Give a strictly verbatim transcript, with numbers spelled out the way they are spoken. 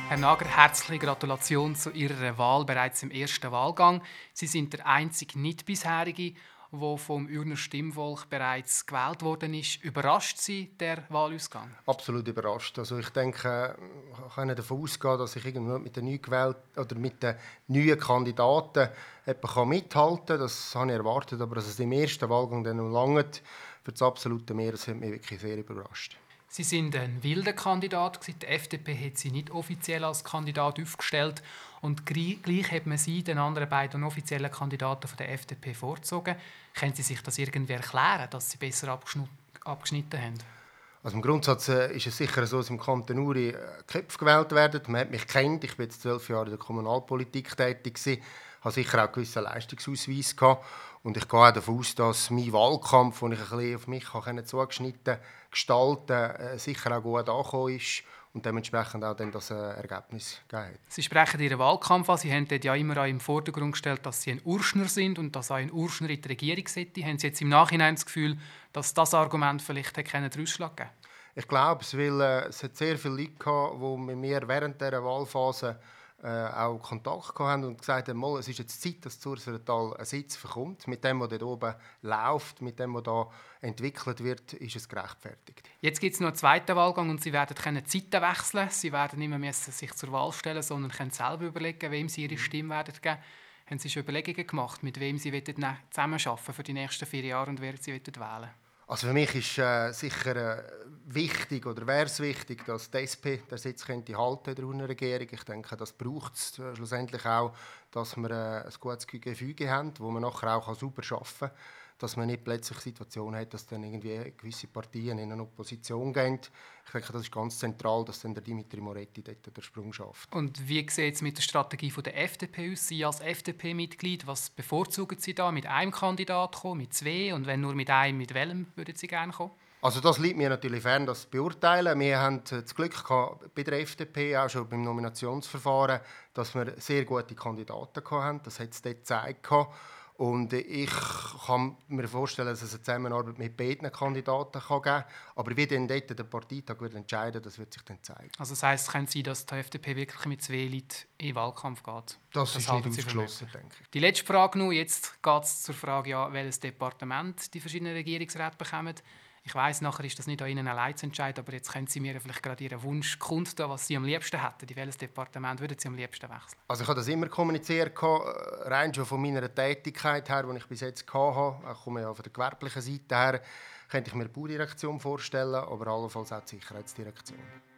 Herr Nager, herzliche Gratulation zu Ihrer Wahl bereits im ersten Wahlgang. Sie sind der einzige Nicht-Bisherige, der vom Urner Stimmvolk bereits gewählt worden ist. Überrascht Sie der Wahlausgang? Absolut überrascht. Also ich denke, ich kann davon ausgehen, dass ich irgendwie mit den neu gewählten oder mit den neuen Kandidaten mithalten kann. Das habe ich erwartet, aber dass es im ersten Wahlgang dann noch lange für das absolute Mehr, das hat mich wirklich sehr überrascht. Sie sind ein wilder Kandidat. Die F D P hat Sie nicht offiziell als Kandidat aufgestellt. Und gleich hat man Sie den anderen beiden offiziellen Kandidaten von der F D P vorgezogen. Können Sie sich das irgendwie erklären, dass Sie besser abgeschnitten haben? Also im Grundsatz äh, ist es sicher so, dass im Kanton Uri äh, Köpfe gewählt werden. Man hat mich kennt. Ich war jetzt zwölf Jahre in der Kommunalpolitik tätig gewesen, habe sicher auch einen gewissen Leistungsausweis gehabt. Und ich gehe auch davon aus, dass mein Wahlkampf, den ich ein bisschen auf mich kann, zugeschnitten gestalten äh, sicher auch gut angekommen ist und dementsprechend auch dann das äh, Ergebnis gegeben hat. Sie sprechen Ihren Wahlkampf an. Sie haben dort ja immer auch im Vordergrund gestellt, dass Sie ein Urschner sind und dass auch ein Urschner in die Regierung sollte. Haben Sie jetzt im Nachhinein das Gefühl, dass das Argument vielleicht den Ausschlag geben? Ich glaube es, weil äh, es hat sehr viele Leute gehabt, die mit mir während dieser Wahlphase äh, auch Kontakt hatten und gesagt haben, es ist jetzt Zeit, dass Zursertal einen Sitz bekommt. Mit dem, was dort oben läuft, mit dem, was da entwickelt wird, ist es gerechtfertigt. Jetzt gibt es noch einen zweiten Wahlgang und Sie werden keine Zeiten wechseln. Sie werden nicht mehr müssen sich zur Wahl stellen, sondern können selber überlegen, wem Sie Ihre Stimme werden geben. Haben Sie schon Überlegungen gemacht, mit wem Sie zusammenarbeiten für die nächsten vier Jahre und wer Sie wählen wollen? Also für mich ist äh, sicher äh, wichtig, oder wäre es wichtig, dass die S P den Sitz könnte halten in der Urner Regierung. Ich denke, das braucht es äh, schlussendlich auch, dass wir äh, ein gutes Gefüge haben, wo man nachher auch sauber arbeiten kann. Dass man nicht plötzlich Situation hat, dass dann irgendwie gewisse Partien in eine Opposition gehen. Ich denke, das ist ganz zentral, dass dann der Dimitri Moretti dort den Sprung schafft. Und wie sieht es mit der Strategie der F D P aus? Sie als F D P-Mitglied, was bevorzugen Sie da? Mit einem Kandidat kommen, mit zwei? Und wenn nur mit einem, mit welchem würden Sie gerne kommen? Also das liegt mir natürlich fern, das zu beurteilen. Wir haben das Glück gehabt, bei der F D P, auch schon beim Nominationsverfahren, dass wir sehr gute Kandidaten hatten. Das hat es dort gezeigt. Und ich kann mir vorstellen, dass es eine Zusammenarbeit mit beiden Kandidaten geben kann. Aber wie dann dort der Parteitag wird entscheiden, das wird sich dann zeigen. Also das heisst, können Sie, dass die F D P wirklich mit zwei Leuten in den Wahlkampf geht? Das, das ist nicht ausgeschlossen, denke ich. Die letzte Frage noch. Jetzt geht es zur Frage, ja, welches Departement die verschiedenen Regierungsräte bekommen. Ich weiss, nachher ist das nicht an Ihnen allein zu entscheiden, aber jetzt können Sie mir vielleicht gerade Ihren Wunsch kundtun, was Sie am liebsten hätten. In welches Departement würden Sie am liebsten wechseln? Also ich habe das immer kommuniziert, rein schon von meiner Tätigkeit her, die ich bis jetzt hatte. Ich komme ja von der gewerblichen Seite her, könnte ich mir die Baudirektion vorstellen, aber allenfalls auch die Sicherheitsdirektion.